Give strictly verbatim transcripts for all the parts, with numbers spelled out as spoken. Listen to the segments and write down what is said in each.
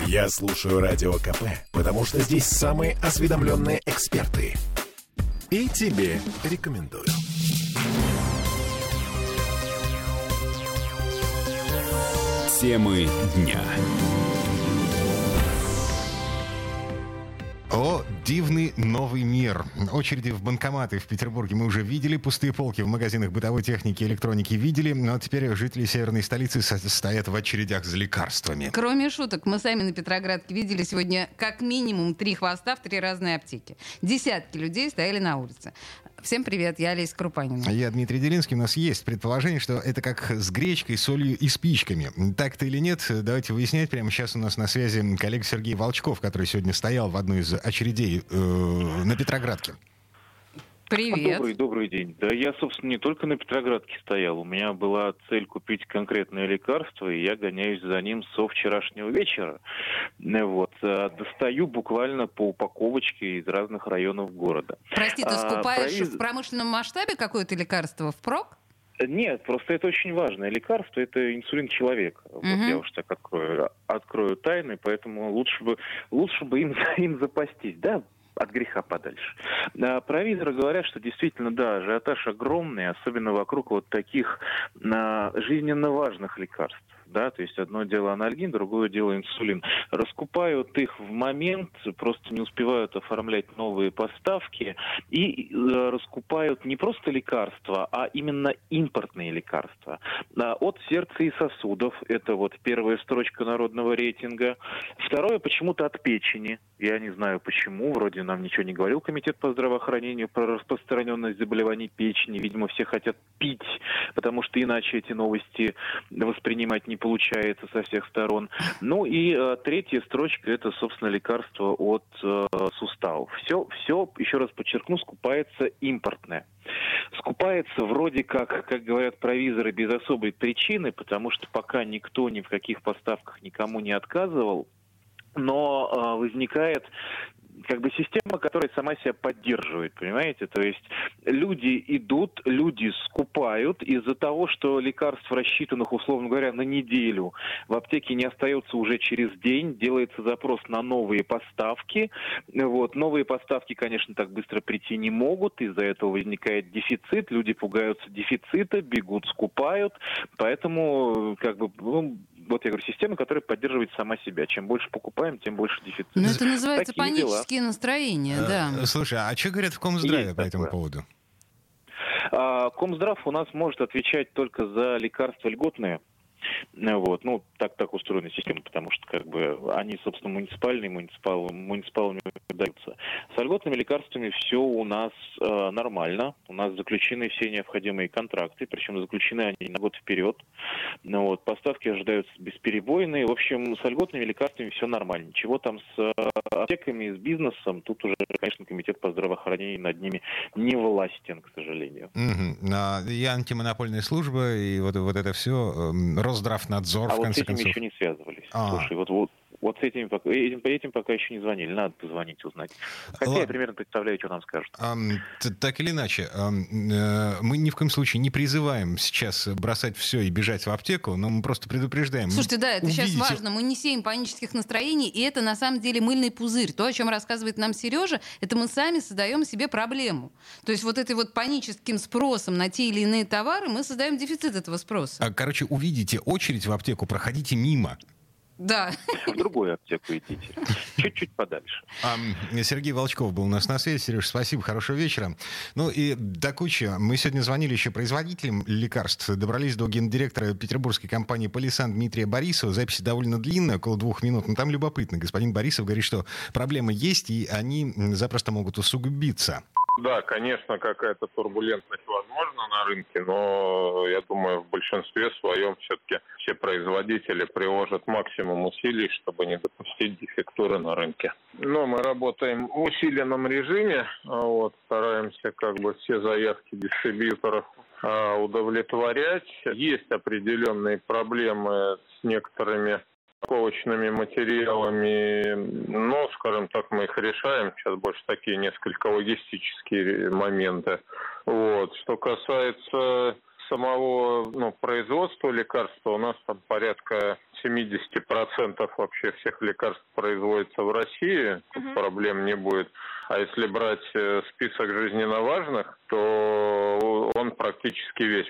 Я слушаю Радио КП, потому что здесь самые осведомленные эксперты. И тебе рекомендую. Темы дня. О, дивный новый мир. Очереди в банкоматы в Петербурге мы уже видели, пустые полки в магазинах бытовой техники и электроники видели, но теперь жители северной столицы стоят в очередях за лекарствами. Кроме шуток, мы сами на Петроградке видели сегодня как минимум три хвоста в три разные аптеки. Десятки людей стояли на улице. Всем привет, я Олеся Крупанина. Я Дмитрий Делинский. У нас есть предположение, что это как с гречкой, солью и спичками. Так-то или нет, давайте выяснять. Прямо сейчас у нас на связи коллега Сергей Волчков, который сегодня стоял в одной из очередей э, на Петроградке. Привет. Добрый, добрый день. Да я, собственно, не только на Петроградке стоял. У меня была цель купить конкретное лекарство, и я гоняюсь за ним со вчерашнего вечера. Вот. Достаю буквально по упаковочке из разных районов города. Прости, ты А, скупаешь произ... в промышленном масштабе какое-то лекарство впрок? Нет, просто это очень важное лекарство, это инсулин человека. Uh-huh. Вот я уж так открою, открою тайны, поэтому лучше бы, лучше бы им, им запастись, да? От греха подальше. А, провизоры говорят, что действительно, да, ажиотаж огромный, особенно вокруг вот таких а, жизненно важных лекарств. Да, то есть одно дело анальгин, другое дело инсулин. Раскупают их в момент, просто не успевают оформлять новые поставки и э, раскупают не просто лекарства, а именно импортные лекарства. А, от сердца и сосудов, это вот первая строчка народного рейтинга. Второе почему-то от печени. Я не знаю почему, вроде нам ничего не говорил Комитет по здравоохранению про распространенность заболеваний печени. Видимо, все хотят пить, потому что иначе эти новости воспринимать не получается со всех сторон. Ну и э, третья строчка – это, собственно, лекарство от э, суставов. Все, все, еще раз подчеркну, скупается импортное. Скупается вроде как, как говорят провизоры, без особой причины, потому что пока никто ни в каких поставках никому не отказывал, но э, возникает как бы система, которая сама себя поддерживает, понимаете? То есть люди идут, люди скупают из-за того, что лекарств, рассчитанных, условно говоря, на неделю, в аптеке не остается уже через день, делается запрос на новые поставки. Вот. Новые поставки, конечно, так быстро прийти не могут, из-за этого возникает дефицит, люди пугаются дефицита, бегут, скупают, поэтому, как бы, ну, вот я говорю, система, которая поддерживает сама себя. Чем больше покупаем, тем больше дефицит. Ну, это называется Такие панические дела. Настроения, да. А, слушай, а что говорят в Комздраве Есть по этому такое. поводу? А, Комздрав у нас может отвечать только за лекарства льготные. Вот. Ну, так, так устроена система, потому что как бы они, собственно, муниципальные, муниципал, муниципалами даются. С льготными лекарствами все у нас э, нормально. У нас заключены все необходимые контракты, причем заключены они на год вперед. Ну, вот. Поставки ожидаются бесперебойные. В общем, с льготными лекарствами все нормально. Чего там с э, аптеками, с бизнесом, тут уже, конечно, Комитет по здравоохранению над ними не властен, к сожалению. Угу. А, и антимонопольная служба, и вот, вот это все, Росздравнадзор, а в вот конце с этим концов. еще не связывались. А. Слушай, вот, вот, вот с этим, пока- этим, по этим пока еще не звонили. Надо позвонить, узнать. Хотя Ладно. я примерно представляю, что нам скажут. Ам, т- так или иначе, ам, э, мы ни в коем случае не призываем сейчас бросать все и бежать в аптеку, но мы просто предупреждаем. Слушайте, да, это Увидите- сейчас важно. Мы не сеем панических настроений, и это на самом деле мыльный пузырь. То, о чем рассказывает нам Сережа, это мы сами создаем себе проблему. То есть вот этой вот паническим спросом на те или иные товары мы создаем дефицит этого спроса. А, Короче, увидите очередь в аптеку, проходите мимо. Да. В другую аптеку идите. Чуть-чуть подальше. Ам, Сергей Волчков был у нас на связи. Сереж, спасибо, хорошего вечера. Ну и до кучи. Мы сегодня звонили еще производителям лекарств. Добрались до гендиректора петербургской компании «Полисан» Дмитрия Борисова. Запись довольно длинная, около двух минут, но там любопытно. Господин Борисов говорит, что проблемы есть, и они запросто могут усугубиться. Да, конечно, какая-то турбулентность возможна на рынке, но я думаю, в большинстве своем все-таки все производители приложат максимум усилий, чтобы не допустить дефектуры на рынке. Но мы работаем в усиленном режиме, вот, стараемся как бы все заявки дистрибьюторов а, удовлетворять. Есть определенные проблемы с некоторыми упаковочными материалами, но, скажем так, мы их решаем. Сейчас больше такие несколько логистические моменты. Вот. Что касается самого ну, производства лекарства, у нас там порядка семьдесят процентов вообще всех лекарств производится в России, тут uh-huh. проблем не будет. А если брать список жизненно важных, то он практически весь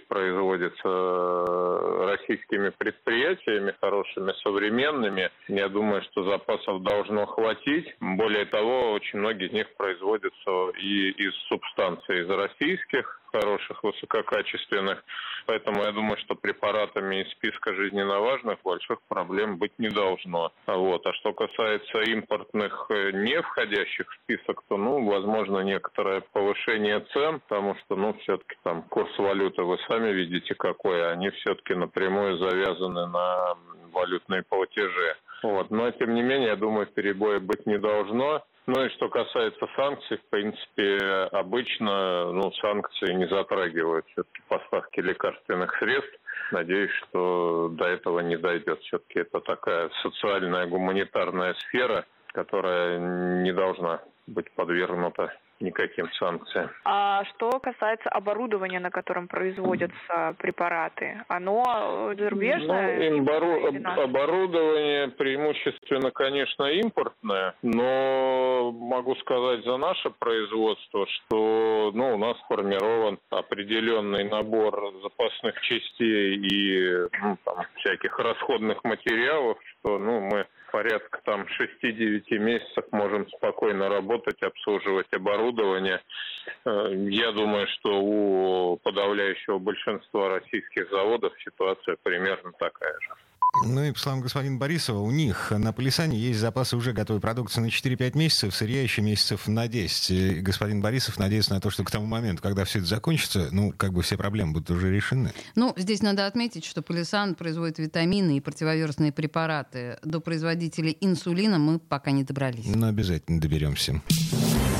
производится российскими предприятиями, хорошими, современными. Я думаю, что запасов должно хватить. Более того, очень многие из них производятся и из субстанций из российских, хороших, высококачественных. Поэтому я думаю, что препаратами из списка жизненно важных больших проблем быть не должно. Вот. А что касается импортных, не входящих в список, то, ну, возможно, некоторое повышение цен, потому что, ну, все-таки там курс валюты вы сами видите какой, они все-таки напрямую завязаны на валютные платежи. Вот. Но, тем не менее, я думаю, перебоя быть не должно. Ну и что касается санкций, в принципе, обычно ну, санкции не затрагивают все-таки поставки лекарственных средств. Надеюсь, что до этого не дойдет. Все-таки это такая социальная, гуманитарная сфера, которая не должна быть подвергнута никаким санкциям. А что касается оборудования, на котором производятся препараты, оно зарубежное? Ну, имбору... Оборудование преимущественно, конечно, импортное, но могу сказать за наше производство, что ну, у нас сформирован определенный набор запасных частей и ну, там, всяких расходных материалов, что ну, мы порядка там шести-девяти месяцев можем спокойно работать, обслуживать оборудование. Я думаю, что у подавляющего большинства российских заводов ситуация примерно такая же. Ну и, по словам господина Борисова, у них на Полисане есть запасы уже готовой продукции на четыре-пять месяцев, сырья еще месяцев на десять. И господин Борисов надеется на то, что к тому моменту, когда все это закончится, ну, как бы все проблемы будут уже решены. Ну, здесь надо отметить, что Полисан производит витамины и противовирусные препараты. До производителей инсулина мы пока не добрались. Но обязательно доберемся.